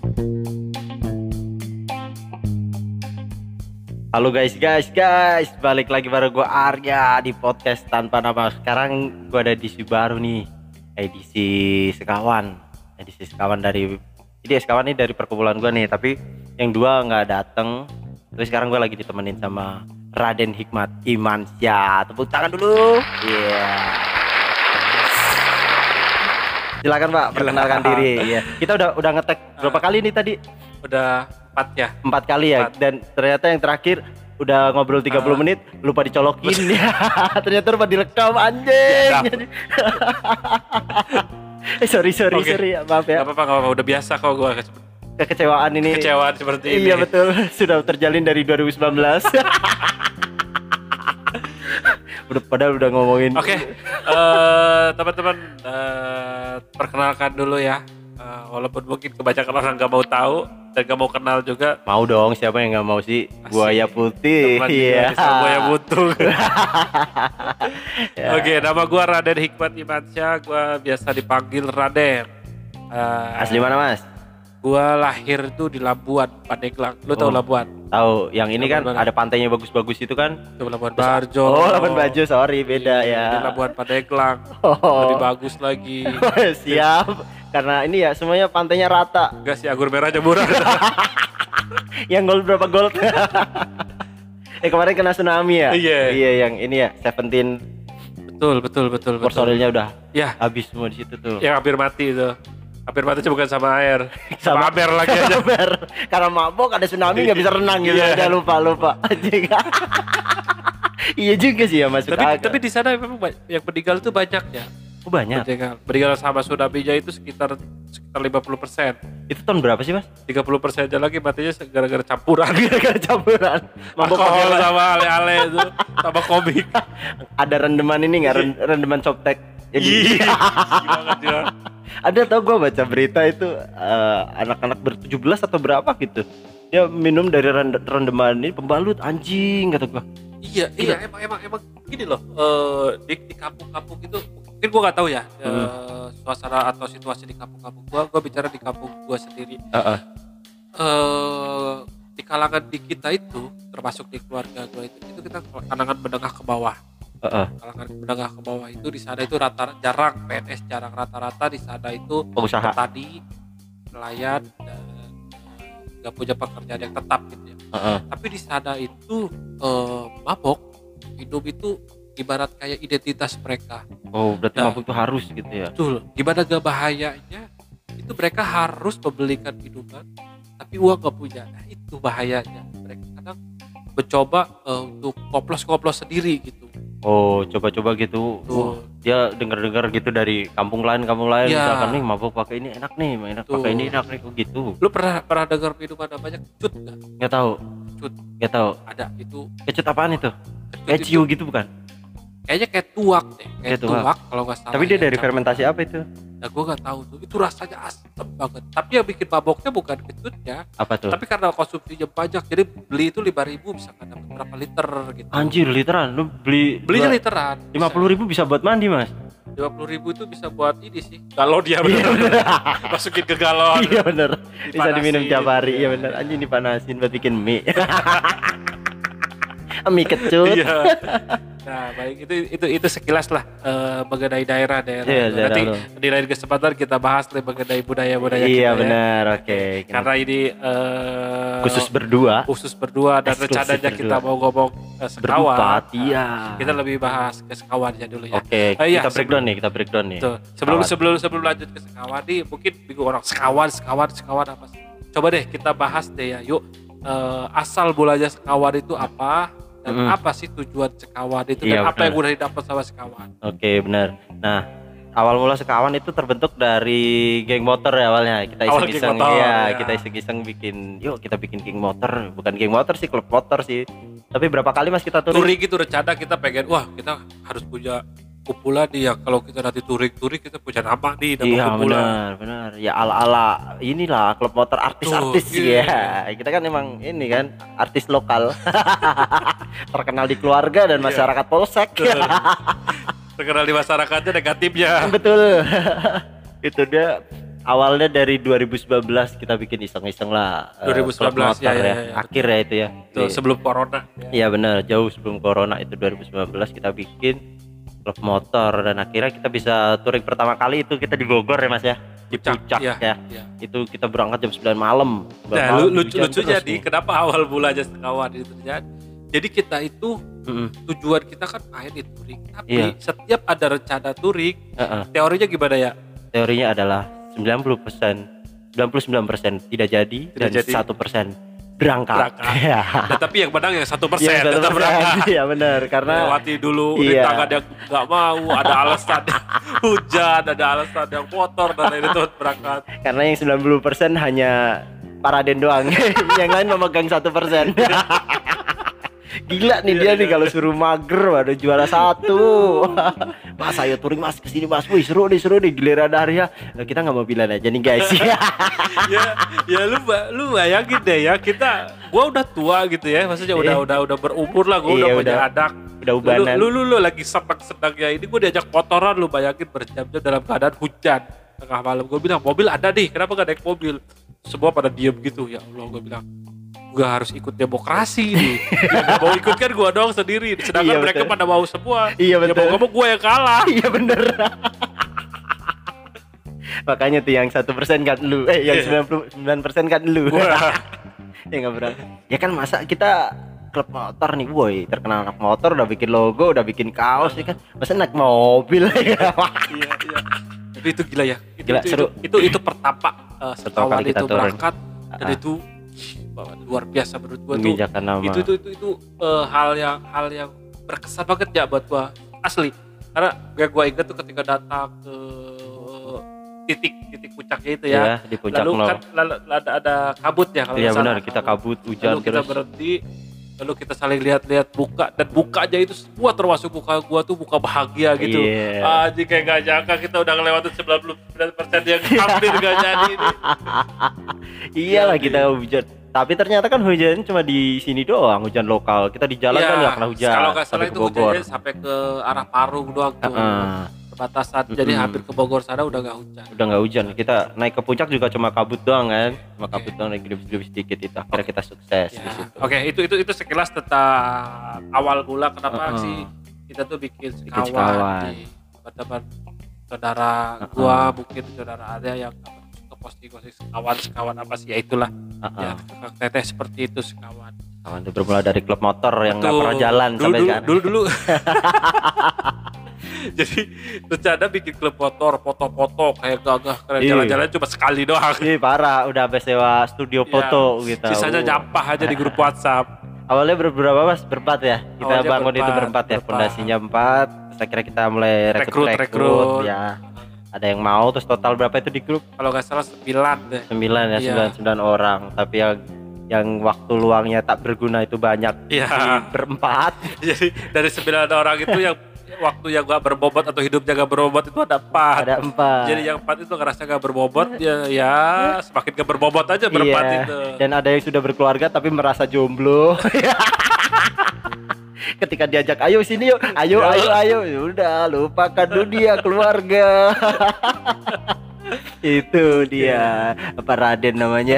Halo guys, balik lagi bareng gue Arya di podcast tanpa nama. Sekarang gue ada edisi baru nih, edisi sekawan dari sekawan nih dari perkumpulan gue nih. Tapi yang dua nggak dateng. Terus sekarang gue lagi ditemenin sama Raden Hikmat Imansyah. Tepuk tangan dulu. Iya. Silakan Pak, perkenalkan diri. Ya. Kita udah ngetek berapa kali nih tadi? Udah 4 ya. 4 kali ya. 4. Dan ternyata yang terakhir udah ngobrol 30 menit lupa dicolokin ya. Ternyata lupa direkam anjing. Sorry ya, maaf ya. Gak apa-apa, udah biasa kok gue kekecewaan ini. Kekecewaan seperti ini. Iya betul, sudah terjalin dari 2019. Padahal udah ngomongin. Oke. Teman-teman, perkenalkan dulu ya. Walaupun mungkin kebanyakan orang gak mau tahu dan gak mau kenal juga. Mau dong, siapa yang gak mau sih? Buaya putih. Iya. Buaya butuh. Ya. Oke, nama gue Raden Hikmat Imansyah. Gue biasa dipanggil Raden. Asli mana Mas? Gue lahir tuh di Labuan, Pandeglang. Lu tahu Labuan? Tahu. Yang ini kan Labuan ada pantainya bagus-bagus itu kan? Itu Labuan Bajo. Oh, Labuan Bajo, sorry beda ya. Di Labuan Pandeglang. Lebih bagus lagi. Siap. Karena ini ya semuanya pantainya rata. Enggak sih, anggur merah aja murah. Yang gold berapa gold? Kemarin kena tsunami ya? Iya, yang ini ya, 17. Betul. Personilnya udah ya habis semua di situ tuh. Yang hampir mati itu. Hampir mati bukan sama air. Sama aber lagi aja. Karena mabok ada tsunami enggak bisa renang gitu. Udah lupa. Iya juga sih ya masuk akal. Tapi di sana memang yang meninggal tuh banyak ya. Oh banyak. Meninggal sama tsunami-nya itu sekitar 50%. Itu tahun berapa sih Mas? 30% aja lagi matinya gara-gara campuran. Mabok alkohol sama ale-ale itu sama komik. Ada rendeman ini enggak? Rendeman softtek. Jadi banget ya. Ada tau gue baca berita itu anak-anak ber-17 atau berapa gitu. Dia minum dari rendeman ini pembalut anjing kata gue. Iya emang gini loh. Di kampung-kampung itu mungkin gue nggak tahu ya suasana atau situasi di kampung-kampung gue bicara di kampung gue sendiri. Di kalangan di kita itu termasuk di keluarga gue itu kita kalangan menengah ke bawah. Kalangan menengah ke bawah itu di sana itu jarang PNS, jarang, rata-rata di sana itu pengusaha, petani, nelayan, dan nggak punya pekerjaan yang tetap gitu ya. Tapi di sana itu mabok minum itu ibarat kayak identitas mereka. Oh berarti mabuk itu harus gitu ya? Betul. Gimana gak bahayanya itu mereka harus membelikan minuman tapi uang gak punya. Nah itu bahayanya. Mereka kadang mencoba untuk koplos sendiri gitu. Oh coba-coba gitu. Dia dengar gitu dari kampung lain ya. Misalkan nih mabuk pakai ini enak nih, pakai ini enak nih gitu. Lu pernah dengar minuman namanya kecut nggak? Nggak tahu. Nggak tahu. Ada itu. Kecut apaan itu? Kayak ciu gitu bukan? Kayaknya kayak tuak deh. Kayak tuak kalau nggak salah. Tapi dia dari fermentasi apa itu? Nah gue nggak tahu tuh. Itu rasanya asam banget. Tapi yang bikin maboknya bukan kecutnya. Apa tuh? Tapi karena konsumsinya banyak. Jadi beli itu 5.000 bisa dapat berapa liter gitu. Anjir literan. Lu belinya literan. 50.000 bisa buat mandi Mas? 50.000 itu bisa buat ini sih. Galon dia bener. Masukin ke galon. Iya bener. Bisa diminum tiap hari. Iya bener. Anjing dipanasin buat bikin mie. Mie kecut. Iya. Nah baik itu sekilas lah mengenai daerah. Nanti di lain kesempatan kita bahas mengenai budaya iya, kita. Iya benar, oke. Karena ini khusus berdua dan rencananya kita mau ngomong sekawan. Berempat, iya. Kita lebih bahas ke sekawan aja dulu ya. Oke, kita breakdown nih. Tuh, sebelum lanjut ke sekawan nih, mungkin bingung orang sekawan apa sih? Coba deh kita bahas deh ya, yuk. Asal mulanya sekawan itu apa? Dan apa sih tujuan sekawan itu dan apa yang udah didapat sama sekawan? Oke, benar. Nah, awal mula sekawan itu terbentuk dari geng motor ya awalnya. Kita iseng-iseng kita iseng-iseng kita bikin geng motor. Bukan geng motor sih, klub motor sih. Tapi berapa kali Mas kita touring gitu rencana kita pengen kita harus punya kumpulan nih ya, kalau kita nanti touring kita punya nama nih, nama kumpulan. Benar. Ya ala inilah klub motor artis-artis ya. Kita kan emang ini kan artis lokal. Terkenal di keluarga dan masyarakat Polsek. Terkenal di masyarakatnya negatifnya. Betul. Itu dia awalnya dari 2019 kita bikin iseng-iseng lah. 2019 klub motor ya. Akhir ya itu ya. Tuh, sebelum corona. Iya benar, jauh sebelum corona itu 2019 kita bikin klub motor dan akhirnya kita bisa touring pertama kali itu kita di Bogor ya Mas ya. Di Puncak ya. Itu kita berangkat jam 9 malam. Nah, lucunya nih, kenapa awal mulanya sekawan itu terjadi? Jadi kita itu tujuan kita kan main di touring, tapi setiap ada rencana touring, teorinya gimana ya? Teorinya adalah 99% tidak jadi dan 1% berangkat. Ya. Nah, tapi yang menang yang 1% tetap berangkat. Iya benar, karena lewati dulu rintangan yang nggak mau, ada alasan hujan, ada alasan yang motor dan lain itu berangkat. Karena yang 90% hanya Paraden doang, yang lain memegang 1%. Gila nih dia nih kalau suruh mager waduh juara 1. Mas ayo touring Mas kesini Mas, wih seru nih giliran Arya. Nah, kita nggak mau bilang aja nih guys. ya lu bayangin deh ya, gua udah tua gitu ya, maksudnya udah berumur lah, gua udah punya anak, udah ubanan. Lu lagi senang-senangnya ini gua diajak motoran, lu bayangin berjam-jam dalam keadaan hujan tengah malam. Gua bilang mobil ada nih, kenapa gak naik mobil? Semua pada diem gitu. Ya Allah, gua bilang gua harus ikut demokrasi nih. Yang mau ikut kan gua doang sendiri, sedangkan mereka pada mau semua. Iya betul. Ya mau gua yang kalah. Iya bener. Makanya tuh yang 1% kan lu, yang 99% kan lu. Ya nggak berangkat. Ya kan masa kita klub motor nih, woi terkenal anak motor, udah bikin logo, udah bikin kaos ya kan. Masa naik mobil ya. Iya. Tapi itu gila ya. Gila, seru. Itu pertama sekawan itu berangkat dan itu luar biasa menurut gua tuh. Itu hal yang berkesan banget ya buat gua asli. Karena gua ingat tuh ketika datang ke titik puncaknya itu ya, di puncak lalu kan ada kabut ya kalau iya benar, kita kabut hujan lalu kita berhenti, lalu kita saling lihat dan bukanya itu semua termasuk buka gua tuh buka bahagia gitu. Jadi kayak gak nyangka kita udah ngelewatin 99% yang hampir gak jadi ini. Iyalah kita hujan, tapi ternyata kan hujannya cuma di sini doang, hujan lokal. Kita di jalan kan nggak kena hujan. Kalau nggak salah itu hujannya sampai ke arah Parung doang tuh. Perbatasan, jadi hampir ke Bogor sana udah nggak hujan. Kita naik ke puncak juga cuma kabut doang kan, kabut doang, naik gerimis sedikit itu. Akhirnya kita sukses. Oke, itu sekilas tentang awal mula kenapa sih kita tuh bikin sekawan di teman-teman saudara gua, mungkin saudara ada yang ke posting sekawan apa sih ya itulah. Ya, Kak Teteh seperti itu sekawan. Sekawan itu bermula dari klub motor yang nggak pernah jalan sampai sekarang. Dulu. Jadi rencana bikin klub motor, foto-foto kayak gagah keren, jalan-jalan cuma sekali doang. Parah, udah habis sewa studio foto gitu. Sisanya nyampah aja di grup WhatsApp. Awalnya berapa Mas? Berempat ya? Kita bangun itu berempat ya, fondasinya 4. Terus akhirnya kita mulai rekrut ya. Ada yang mau, terus total berapa itu di grup? Kalau nggak salah 9 deh. 9 ya, 9 orang. Tapi yang waktu luangnya tak berguna itu banyak. Berempat. Jadi dari 9 orang itu yang waktu yang gak berbobot atau hidupnya gak berbobot itu ada 4. Jadi yang 4 itu ngerasa gak berbobot ya semakin gak berbobot aja berempat itu. Dan ada yang sudah berkeluarga tapi merasa jomblo. Ketika diajak ayo sini yuk, ayo, udah lupakan dunia keluarga. Itu dia apa Raden namanya.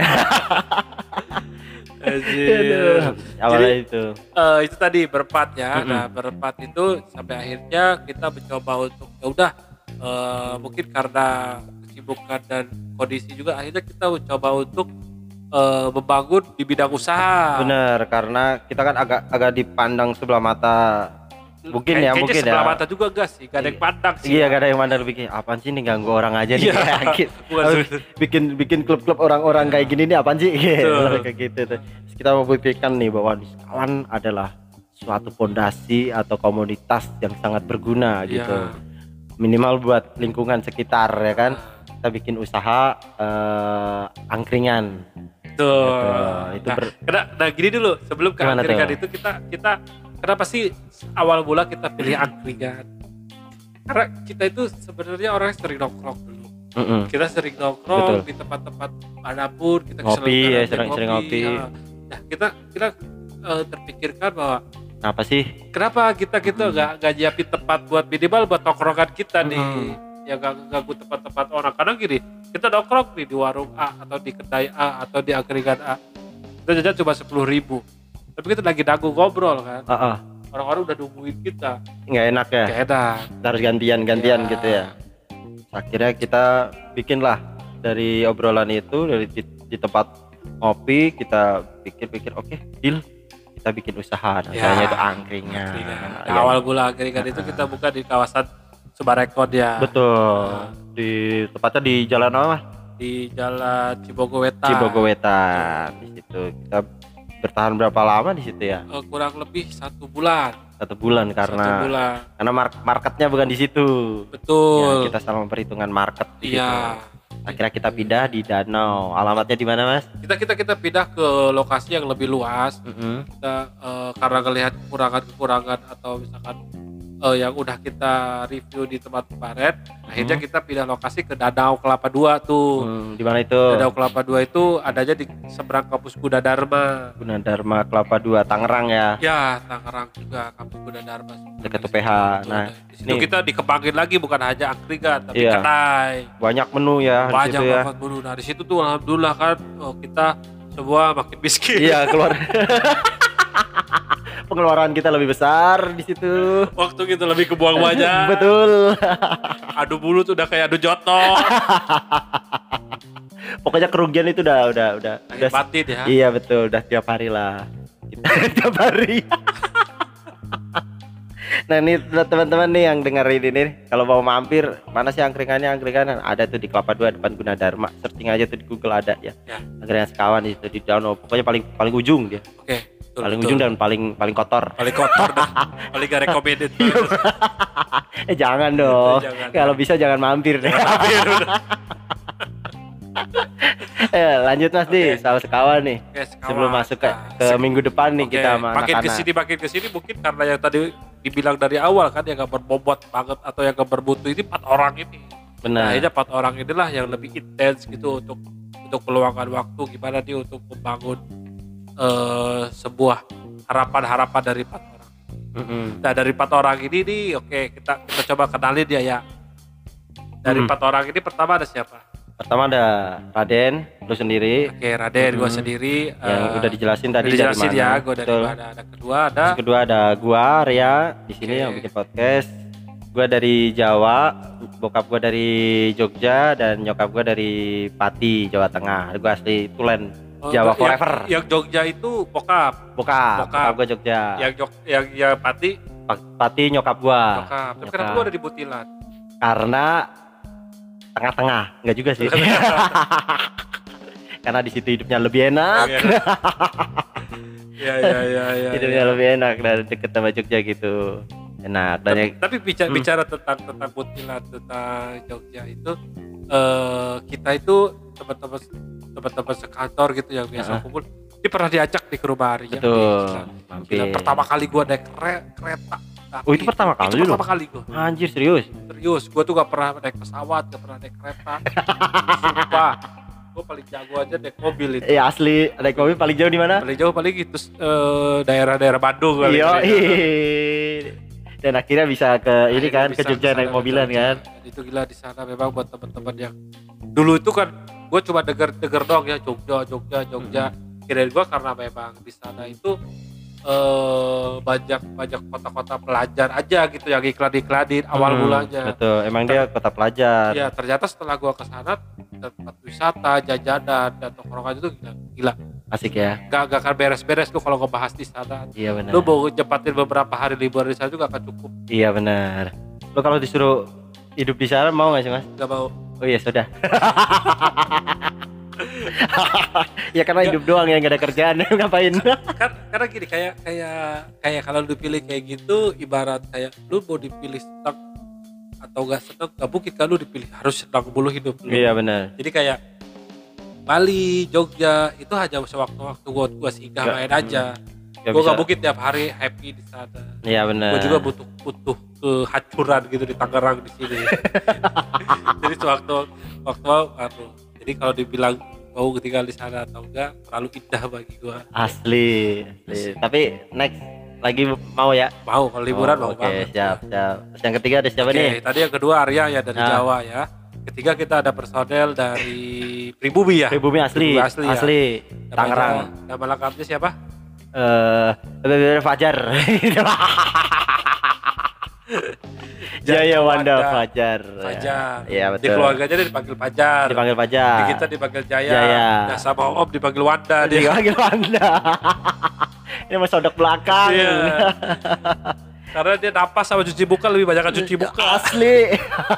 Awalnya itu tadi berempat ya. Nah berempat itu sampai akhirnya kita mencoba untuk mungkin karena kesibukan dan kondisi juga akhirnya kita mencoba untuk membangun di bidang usaha. Bener, karena kita kan agak dipandang sebelah mata. Mungkin sebelah mata juga gak sih, gak ada yang pandang sih. Iya, gak ada yang pandang, bikin apaan sih nih ganggu orang aja nih. bikin klub-klub orang-orang kayak gini nih apaan sih kayak gitu tuh. Kita membuktikan nih bahwa Sekawan adalah suatu fondasi atau komunitas yang sangat berguna gitu. Minimal buat lingkungan sekitar ya kan. Kita bikin usaha angkringan. Nah gini dulu, sebelum ke angkringan itu kita kenapa sih awal mula kita pilih angkringan? Karena kita itu sebenarnya orang yang sering nongkrong dulu. Kita sering nongkrong di tempat-tempat manapun, kita sering ngopi. Nah, kita terpikirkan bahwa kenapa kita nggak nyiapin tempat buat minimal buat nongkrongan kita nih, yang gak ganggu tempat-tempat orang. Karena gini, kita nongkrong nih di warung A atau di kedai A atau di angkringan A, kita jajan cuma 10.000, tapi kita lagi nanggung ngobrol kan. Orang-orang udah nungguin kita, nggak enak ya, nggak enak, kita harus gantian gitu ya. Akhirnya kita bikin lah dari obrolan itu, dari di tempat ngopi kita pikir-pikir, oke, deal, kita bikin usaha, namanya itu angkringan. Awal mula angkringan itu kita buka di kawasan Sumarekon ya. Betul. Di tepatnya di jalan apa? Di Jalan Cibogowetan. Di situ kita bertahan berapa lama di situ ya? Kurang lebih 1 bulan. 1 bulan karena marketnya bukan di situ. Betul. Ya, kita sama perhitungan market. Iya. Akhirnya kita pindah di Danau. Alamatnya di mana, Mas? Kita pindah ke lokasi yang lebih luas. Kita karena ngelihat kekurangan atau misalkan yang udah kita review di tempat kemarin, akhirnya kita pindah lokasi ke Danau Kelapa 2 tuh. Di mana itu? Danau Kelapa 2 itu adanya di seberang kampus Gunadarma. Gunadarma Kelapa 2 Tangerang ya. Ya, Tangerang juga kampus Gunadarma. Dekat UPH. Nah, di situ kita dikembangin lagi, bukan hanya angkringan tapi kedai. Banyak menu ya. Banyak banget menu. Nah, di situ tuh alhamdulillah kan kita semua makin miskin. Iya, keluar. Pengeluaran kita lebih besar di situ. Waktu kita lebih kebuang banyak. Betul. Adu bulu tuh udah kayak adu jotos. Pokoknya kerugian itu udah batin ya. Iya betul, udah tiap hari lah. Tiap hari. Nah ini teman-teman nih yang dengerin ini, kalau mau mampir, mana sih angkringan ada tuh di Kelapa 2 depan Gunadarma. Searching aja tuh di Google ada ya. Angkringan Sekawan itu di Danau. Pokoknya paling ujung dia. Oke. Paling ujung dan paling kotor. Paling paling gak recommended. Jangan dong. Kalau bisa jangan mampir deh. Lanjut Mas di soal Sekawan nih. Sebelum masuk ke minggu depan nih kita sama anak-anak. Makin kesini mungkin karena yang tadi dibilang dari awal kan yang gak berbobot banget atau yang gak bermutu ini 4 orang ini. Benar. Akhirnya 4 orang inilah yang lebih intens gitu untuk meluangkan waktu gimana dia untuk membangun sebuah harapan dari 4 orang. Nah dari 4 orang ini nih, oke, kita coba kenalin dia ya. Dari 4 orang ini pertama ada siapa? Pertama ada Raden, lu sendiri. Oke, Raden, gua sendiri. Yang udah dijelasin tadi dari mana? Ya, gua dari mana. Ada kedua ada gua Ria di sini yang bikin podcast. Gua dari Jawa, bokap gua dari Jogja dan nyokap gua dari Pati, Jawa Tengah. Gua asli Tulen. Jawa forever. Yang Jogja itu bokap gua Jogja. Yang Pati nyokap gua. Tapi kenapa gua ada di Butilan? Karena tengah-tengah, enggak juga sih. Karena di situ hidupnya lebih enak. Ya. Hidupnya lebih enak dan deket sama Jogja gitu. Enak. Tapi bicara tentang Butilan, tentang Jogja itu, kita itu teman-teman sekantor gitu yang biasa kumpul, dia pernah diajak di ke rumah Arya. Betul. Mampir. Pertama kali gua naik kereta. Itu pertama kali gua. Anjir, serius, gua tuh gak pernah naik pesawat, gak pernah naik kereta. Sumpah, gua paling jago aja naik mobil itu. Iya asli, naik mobil paling jauh di mana? Paling jauh gitu daerah-daerah Bandung kali. Iya. Dan akhirnya bisa ke ini kan, ke Jogja naik mobilan kan. Itu gila di sana memang buat teman-teman yang dulu itu kan gue cuma denger dong ya Jogja. Kirain gue karena memang di sana itu banyak kota-kota pelajar aja gitu yang iklan-iklanin awal mulanya. Betul, emang dia kota pelajar. Iya, ternyata setelah gue kesana tempat wisata, jajanan dan tongkrongan itu gila. Asik ya. Gak akan beres-beres lu kalau ngebahas di sana. Iya benar. Lu mau nyepatin beberapa hari liburan di sana juga gak cukup. Iya benar. Lu kalau disuruh hidup di sana mau gak sih Mas? Gak mau. Oh iya sudah. Ya karena hidup doang ya, gak ada kerjaan. Ngapain? Karena gini, kayak kalau lu dipilih kayak gitu, ibarat kayak lu mau dipilih senang atau gak senang, gak mungkin kan lu dipilih harus senang mulu hidup lu. Iya benar. Jadi kayak Bali, Jogja itu hanya sewaktu-waktu gua singgah main aja. Gue gak mungkin tiap hari happy di sana. Iya benar. Gue juga butuh kehancuran gitu di Tangerang di sini. Jadi waktu jadi kalau dibilang mau tinggal di sana atau enggak, terlalu indah bagi gue. Asli. Tapi next lagi mau ya? Mau, kalau liburan mau banget. Oke, siap. Terus yang ketiga ada siapa nih? Tadi yang kedua Arya ya dari Jawa ya. Ketiga kita ada personel dari Pribumi ya. Pribumi asli, Pribumi ya. asli. Tangerang. Nama lengkapnya siapa? Fajar. Jaya Wanda Fajar. Fajar. Iya Di betul. keluarganya dia dipanggil Fajar. Dipanggil Fajar. Di kita dipanggil Jaya. Jaya. Nah sama Om dipanggil Wanda dia. Dipanggil Wanda. Ini mas sodok belakang. Iya. Karena dia napas sama cuci muka lebih banyak cuci muka. Asli.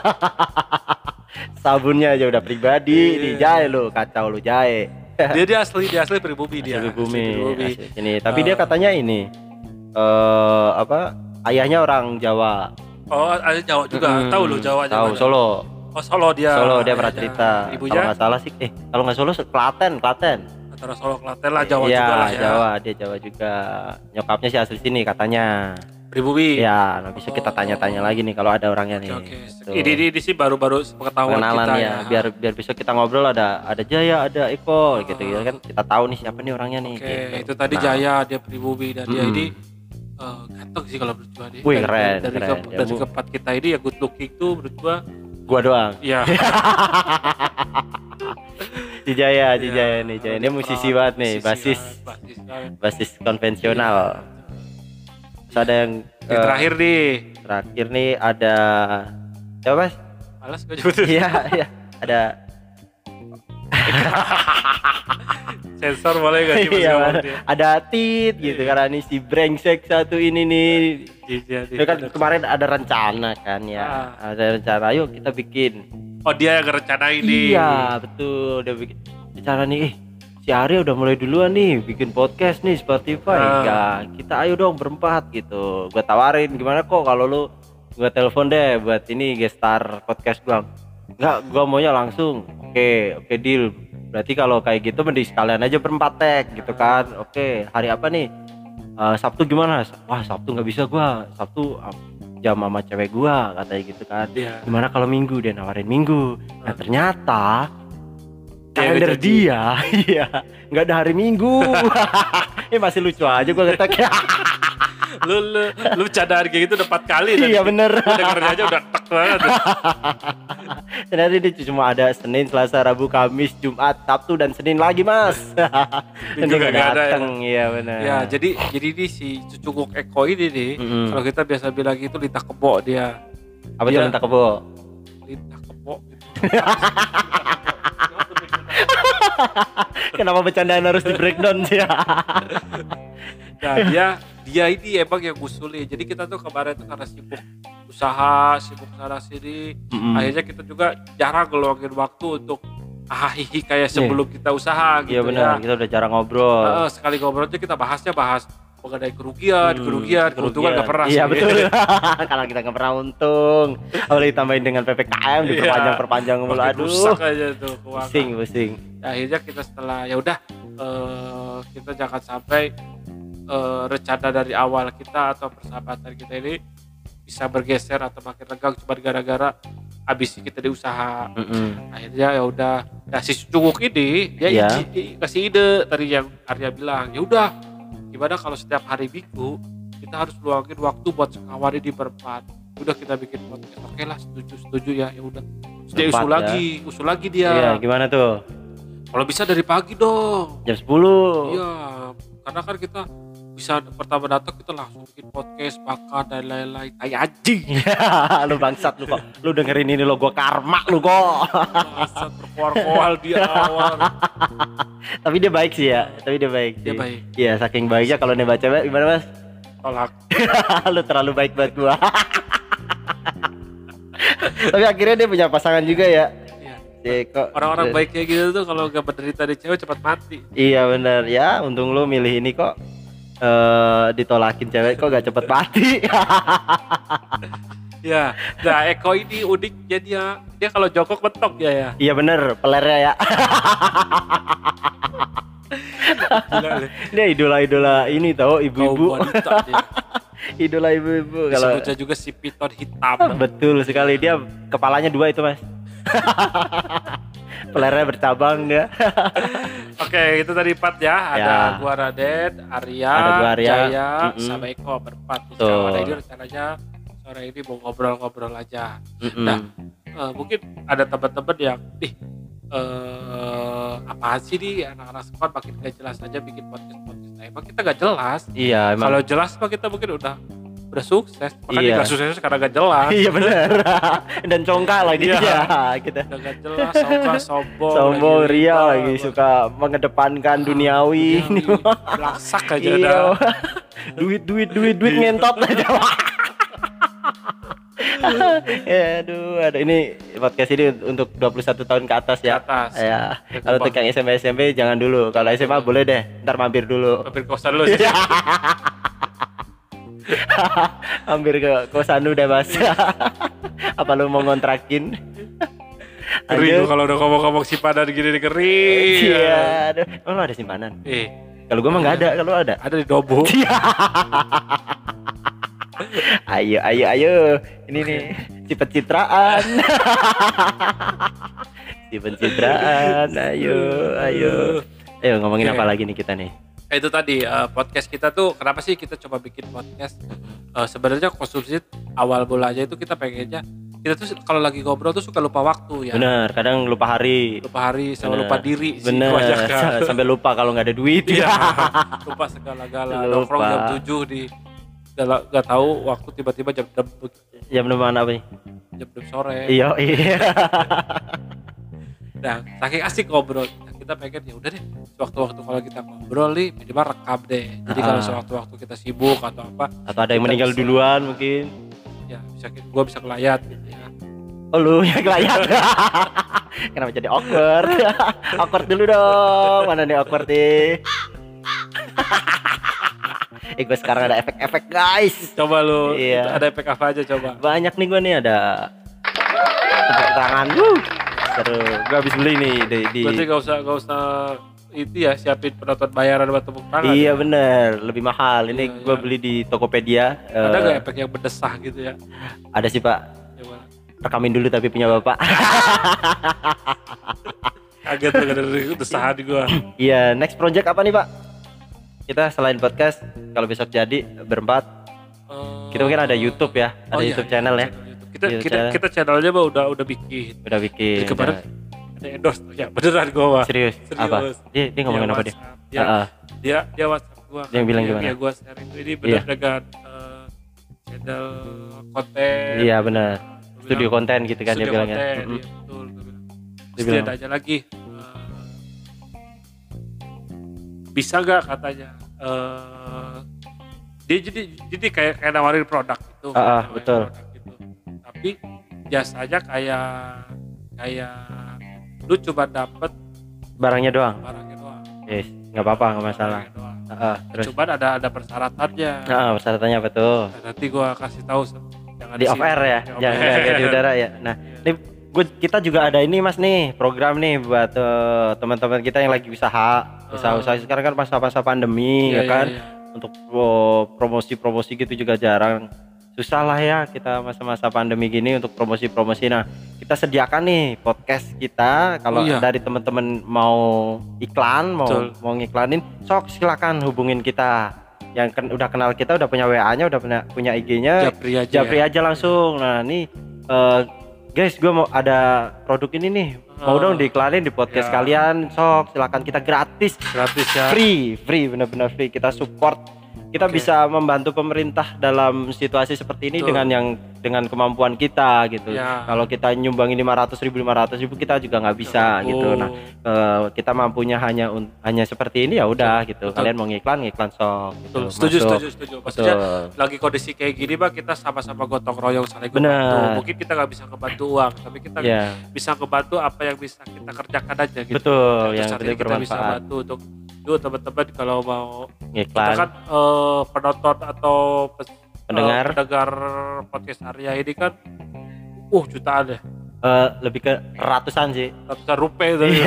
Sabunnya aja udah pribadi, Iya. di Jaya lu, kacau lu Jaya. Dia asli Pribumi dia. Asli Pribumi. Asli Pribumi. Asli sini. Tapi dia katanya ini apa? Ayahnya orang Jawa. Oh, ada Jawa juga. Tahu lu Jawa Tahu mana? Solo. Oh, Solo dia. Solo dia Ayahnya. pernah cerita. Kalau Ibunya nggak salah sih, kalau nggak Solo Klaten. antara Solo Klaten lah, Jawa Iya, juga lah ya. Jawa, dia Jawa juga. Nyokapnya sih asli sini katanya. Pribumi. Ya, nah bisa kita tanya-tanya lagi nih kalau ada orangnya nih. Oke. Tuh. Ini sih baru pengetahuan Kenalan kita ya, biar bisa kita ngobrol, ada Jaya, ada Eko gitu ya kan, kita tahu nih siapa nih orangnya nih. Oke, gitu. itu tadi Nah, Jaya, dia Pribumi dan dia ini ganteng sih kalau menurut gua dia. Wih, keren. Dari keempat kita ini ya good looking tuh menurut gua. doang. Iya. Di Jaya nih, Jaya. Dia musisi banget nih, Musisi basis konvensional. Terus ada yang Yang terakhir nih ada siapa Mas? Malas gua nyebutin. Iya, ada Sensor boleh gak sih iya, ngomong dia? ada Tit gitu karena ini si brengsek satu ini nih. Iya, Itu kan kemarin ada rencana kan ya. Ada rencana, ayo kita bikin. Oh, dia yang ngerencanain ini. Iya, betul. Dia bikin rencana nih, si Arya udah mulai duluan nih bikin podcast nih Spotify. Ya, kita ayo dong berempat gitu. Gua tawarin gimana kok kalau lu gua telepon deh buat ini gestar podcast gua. Enggak, gua maunya langsung. Oke, deal. Berarti kalau kayak gitu mending sekalian aja berempat tag gitu kan. Oke, hari apa nih? Sabtu gimana? Wah, Sabtu nggak bisa gua. Sabtu jam sama cewek gua katanya gitu kan. Iya. Gimana kalau Minggu? Dia nawarin Minggu. Nah, ternyata kalender jadi. dia iya, nggak ada hari Minggu. Ini masih lucu aja gua ngetek. Lu bercandaan kayak gitu udah 4 kali tadi. Iya bener. Gua dengerin aja udah tek banget. Ternyata dia cuma ada Senin, Selasa, Rabu, Kamis, Jumat, Sabtu dan Senin lagi mas. Dan dia nggak nggak ada ya. dateng. Iya benar. Ya, jadi ini si cucuk Eko ini nih, kalau kita biasa bilang itu lidah kebo dia. Apa tuh minta kebo? Lidah kebo gitu. Kenapa bercandaan harus di breakdown sih ya? Nah, dia ini emang yang ngusulin. Jadi kita tuh kemarin tuh karena sibuk usaha, sibuk sana sini, akhirnya kita juga jarang ngeluangin waktu untuk hihi kayak sebelum kita usaha gitu. Iya benar, kita udah jarang ngobrol. Sekali ngobrol aja kita bahas mengenai kerugian, keuntungan nggak pernah Iya sih. betul. Karena kita nggak pernah untung. Apalagi tambahin dengan PPKM diperpanjang mulu, makin aduh. rusak aja tuh keuangan. Pusing. Nah, akhirnya kita setelah ya udah kita jangan sampai rencana dari awal kita atau persahabatan kita ini bisa bergeser atau makin renggang cuma gara-gara habis kita di usaha. Akhirnya ya udah, nah si Cunguk ini dia kasih ide tadi yang Arya bilang, ya udah gimana kalau setiap hari Minggu kita harus luangin waktu buat sekawan ini berempat. Udah kita bikin podcast. Oke lah, setuju ya udah. Dia usul lagi dia. Iya, gimana tuh? Kalau bisa dari pagi dong. Jam 10. Iya, karena kan kita bisa pertama datang kita langsung bikin podcast, makan dan lain-lain. Tai anjing. Lu bangsat lu kok. Lu dengerin ini lo, gua karma lu kok. Bangsat berkoal-koal di awal. Tapi dia baik sih ya. Dia baik. Iya, saking baiknya kalau nembak cewek gimana, Mas? Tolak. Lu terlalu baik buat gua. Tapi akhirnya dia punya pasangan juga ya. Orang-orang baik kayak gitu tuh kalau gak menderita di cewek cepat mati. Iya benar ya, untung lu milih ini kok. Ditolakin cewek kok gak cepet mati. Ya, nah Eko ini uniknya dia kalau jongkok mentok ya. Iya bener, pelernya ya. Gila, dia idola ini tau, ibu-ibu. Idola ibu-ibu. Kalau disebutnya juga si piton hitam. Betul sekali, dia kepalanya 2 itu mas. Pelernya bercabang dia. Oke, itu tadi 4 ya. Ada gua Raden, Arya, Jaya, sama Eko berempat. Nah, ini rencananya sore ini mau ngobrol-ngobrol aja. Nah, mungkin ada teman-teman yang apaan sih nih anak-anak squad makin gak jelas aja bikin podcast. Nah, emang kita gak jelas. Iya, emang. Kalau jelas mah kita mungkin udah sukses. Makanya Iya. gak sukses karena gak jelas. Iya benar. Dan congkak lagi Iya. ya kita. Udah gak jelas, sombong Sombong ria riba, lagi suka mengedepankan duniawi. Belaksak aja Iya. dah. duit ngentot aja. Ya, aduh, ini podcast ini untuk 21 tahun ke atas ya. Ke atas. Ya. Kalau untuk yang SMP jangan dulu. Kalau SMA boleh deh. Ntar mampir dulu. Mampir kosan lu sih. Hampir ke kosan lu deh, Mas. Apa lu mau ngontrakin? Kering kalau udah ngomong-ngomong simpanan gini nih kering. Iya, aduh. Oh, lu ada simpanan? Kalau gua mah enggak ada, kalau ada. Ada di Dobo. Ayo. Ini nih, si pencitraan. Si pencitraan. Ayo. Ngomongin apa lagi nih kita nih? Itu tadi podcast kita tuh kenapa sih kita coba bikin podcast? Sebenarnya konsumsi awal mulanya itu kita pengennya kita tuh kalau lagi ngobrol tuh suka lupa waktu ya. Bener, kadang lupa hari sama lupa diri sih. Bener, kebanyakan. sampai lupa kalau nggak ada duit. Iya. Lupa segala-gala. Nongkrong jam 7 di gak tahu waktu tiba-tiba jam 6 jam 6 mana apa nih? Jam 6 sore. Iya. Nah, saking asik ngobrol. Nah, kita pengen ya udah deh, sewaktu-waktu kalau kita ngobrol nih minimal rekam deh. Jadi kalau sewaktu-waktu kita sibuk atau apa, atau ada yang meninggal duluan mungkin. Ya, gua bisa ngelayat gitu ya. Oh, lu yang ngelayat. Kenapa jadi awkward? Awkward dulu dong. Mana nih awkward nih? Gue sekarang ada efek-efek, guys. Coba lu, Iya. ada efek apa aja coba? Banyak nih gue nih, ada tepuk tangan. Seru. Gue habis beli nih di. Berarti gak usah itu ya, siapin penonton bayaran buat tepuk tangan. Iya ya? bener, lebih mahal. Ini Iya, gue iya. beli di Tokopedia. Ada gak efek yang berdesah gitu ya? Ada sih, Pak. Coba. Rekamin dulu tapi punya Bapak. Kaget tuh dari desahan gua. Iya, next project apa nih, Pak? Kita selain podcast, kalau besok jadi berempat, kita mungkin ada YouTube ya, ada YouTube channel ya. YouTube. Kita channelnya mah udah bikin. Udah bikin. Jadi kemarin ada endorse ya beneran gua. Serius? Apa? Dia ngomongin apa dia? Dia WhatsApp gua. Dia bilang gimana? Dia gua share itu ini benar dengan channel konten. Iya benar. Studio konten gitu kan dia Studio bilangnya. konten, iya, betul. Terus bilang, dia tanya lagi, bisa nggak katanya? Dia jadi kayak nawarin produk itu. Nawarin betul. produk gitu. Tapi jasanya kayak lu cuma dapet Barangnya doang. barangnya doang. Yes, nggak apa-apa, nggak masalah. Barangnya doang. Terus. Cuman ada persyaratannya. Persyaratannya apa tuh? Nah, nanti gua kasih tahu jangan Di off air ya, Di jangan off air. di udara ya. Nah, ini kita juga ada ini Mas nih, program nih buat teman-teman kita yang lagi usaha sekarang kan masa-masa pandemi ya Iya, kan. iya. Untuk promosi gitu juga jarang. Susah lah ya kita masa-masa pandemi gini untuk promosi. Nah, kita sediakan nih podcast kita kalau dari teman-teman mau iklan, mau ngiklanin, sok silakan hubungin kita. Yang udah kenal kita, udah punya WA-nya, udah punya IG-nya, japri aja langsung. Nah, nih guys, gue mau ada produk ini nih, mau dong diiklanin di podcast kalian, sok silakan, kita gratis ya, free, bener-bener free. Kita support, kita bisa membantu pemerintah dalam situasi seperti ini dengan kemampuan kita gitu. Kalau kita nyumbangin 500.000 kita juga nggak bisa gitu. Nah, kita mampunya hanya seperti ini ya udah gitu. Kalian mau ngiklan sok gitu. Setuju. Maksudnya lagi kondisi kayak gini Bang, kita sama-sama gotong royong saling membantu. Mungkin kita nggak bisa ngebantu uang, tapi kita bisa ngebantu apa yang bisa kita kerjakan aja gitu. Betul, yang penting kita bisa bantu untuk teman-teman kalau mau ngiklan. Kita kan penonton atau pendengar podcast Arya ini kan jutaan ya. Lebih ke ratusan sih. Ratusan rupiah itu.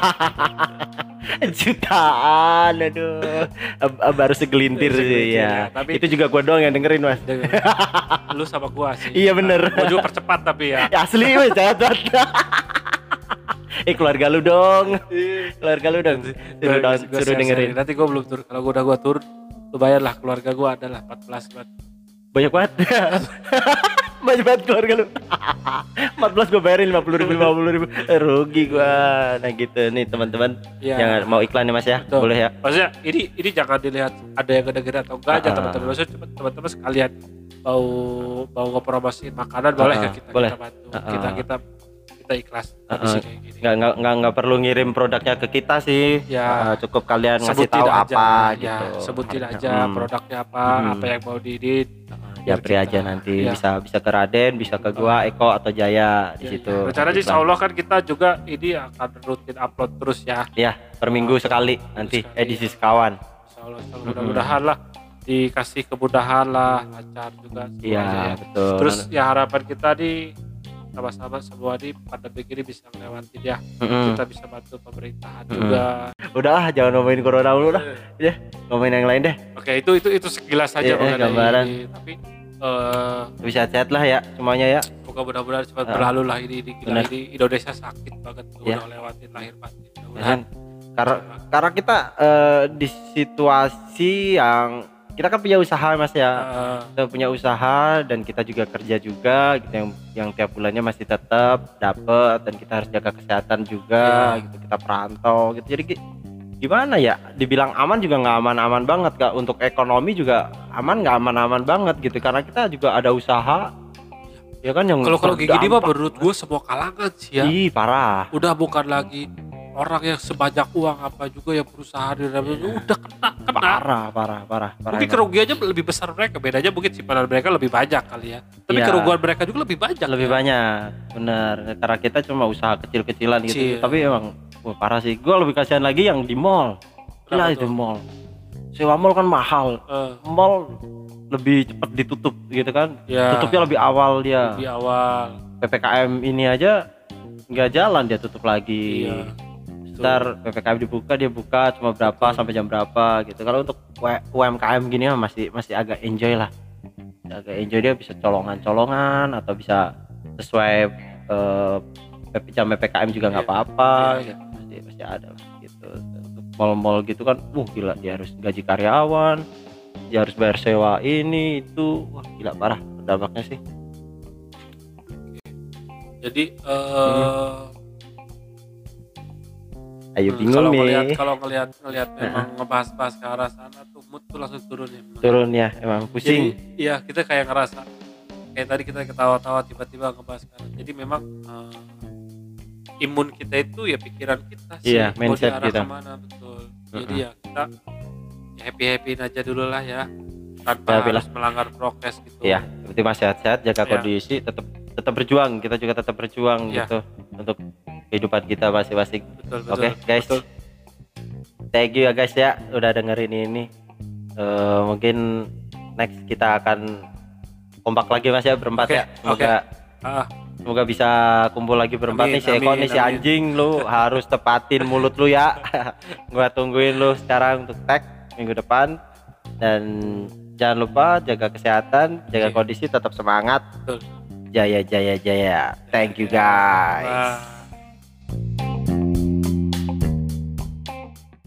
Jutaan, aduh. Baru segelintir sih ya. Tapi itu juga gua doang yang dengerin, Mas. Lu sama gua sih. Iya bener. Gua juga percepat tapi ya. Asli weh, catat. Keluarga lu dong. Suruh dengerin. Nanti gua belum turun. Kalau gua turun, lu bayar lah, keluarga gua adalah 14 buat. Banyak banget. Banyak banget keluarga lu. 14 gue bayarin 50.000. Rugi gua. Nah gitu nih teman-teman. Ya. Yang mau iklan nih Mas ya. Betul. Boleh ya. Maksudnya ini jangan dilihat ada yang gede-gede atau enggak aja teman-teman. Maksudnya teman-teman sekalian mau ngepromosiin makanan boleh ke kita, boleh. kita bantu. Kita ikhlas kondisi kayak gini. Nggak perlu ngirim produknya ke kita sih. Ya. Cukup kalian ngasih Sebutin tahu aja, apa ya, gitu. sebutin aja produknya apa yang mau diedit. Japri aja nanti bisa ke Raden, bisa ke gua, Eko atau Jaya di situ. Rencana insya Allah kan kita juga ini akan rutin upload terus ya. Iya, per minggu sekali nanti edisi sekawan. Insya Allah mudah-mudahan lah dikasih kemudahan lah, lancar juga Iya, betul. Terus ya harapan kita di sama-sama semua di pandemi ini bisa melewati ya. Kita bisa bantu pemerintahan juga. Udah jangan ngomongin corona dulu dah. Ya, ngomongin yang lain deh. Oke, itu sekilas saja gambaran. Tapi bisa sehat lah ya semuanya ya. Semoga mudah-mudahan cepat berlalu lah ini Indonesia sakit banget udah lewatin lahir batin. Karena kita di situasi yang kita kan punya usaha Mas ya. Kita punya usaha dan kita juga kerja juga gitu yang tiap bulannya masih tetap dapat dan kita harus jaga kesehatan juga gitu. Kita perantau gitu. Jadi gimana ya? Dibilang aman juga nggak aman-aman banget Kak. Untuk ekonomi juga nggak aman-aman banget gitu karena kita juga ada usaha. Ya kan yang kalau kayak gini mah menurut gue semua kalangan sih ya. Ih, parah. Udah bukan lagi orang yang sebanyak uang apa juga yang berusaha di dalamnya udah kena. Parah. Mungkin kerugiannya lebih besar mereka, bedanya mungkin simpanan mereka lebih banyak kali ya. Tapi kerugian mereka juga lebih banyak. Banyak, bener. Karena kita cuma usaha kecil-kecilan gitu. Tapi emang parah sih. Gue lebih kasihan lagi yang di mall. Gila itu mall. Sewa mall kan mahal. Mall lebih cepat ditutup gitu kan. Tutupnya lebih awal dia. Lebih awal. PPKM ini aja nggak jalan dia tutup lagi. Ntar PPKM dibuka dia buka cuma berapa sampai jam berapa gitu. Kalau untuk UMKM gini masih agak enjoy lah. Agak enjoy, dia bisa colongan atau bisa sesuai jam PPKM juga nggak apa-apa gitu. Masih ada lah gitu. Untuk mall-mall gitu kan gila, dia harus gaji karyawan, dia harus bayar sewa ini itu, wah gila parah dampaknya sih. Jadi ayo bingung nih. Kalau ngelihat memang ngebahas-bahas ke arah sana tuh mood tuh langsung turun ya. Turun ya, emang pusing. Jadi iya kita kayak ngerasa kayak tadi kita ketawa-tawa tiba-tiba ngebahas ke arah. Jadi memang imun kita itu ya pikiran kita sih. Iya, mindset kita. Kemana betul. Jadi ya kita happy-happyin aja dulu lah ya. Tanpa harus melanggar prokes gitu. Iya, berarti masih sehat-sehat, jaga kondisi, tetap berjuang. Kita juga tetap berjuang gitu untuk kehidupan kita masing-masing. Oke, guys. Thank you ya guys ya udah dengerin ini. Mungkin next kita akan kompak lagi Mas ya berempat ya. Semoga bisa kumpul lagi berempat nih. Si Eko nih si anjing lu harus tepatin mulut lu ya. Gua tungguin lu sekarang untuk tag minggu depan. Dan jangan lupa jaga kesehatan, jaga kondisi, tetap semangat. Jaya. Thank you guys.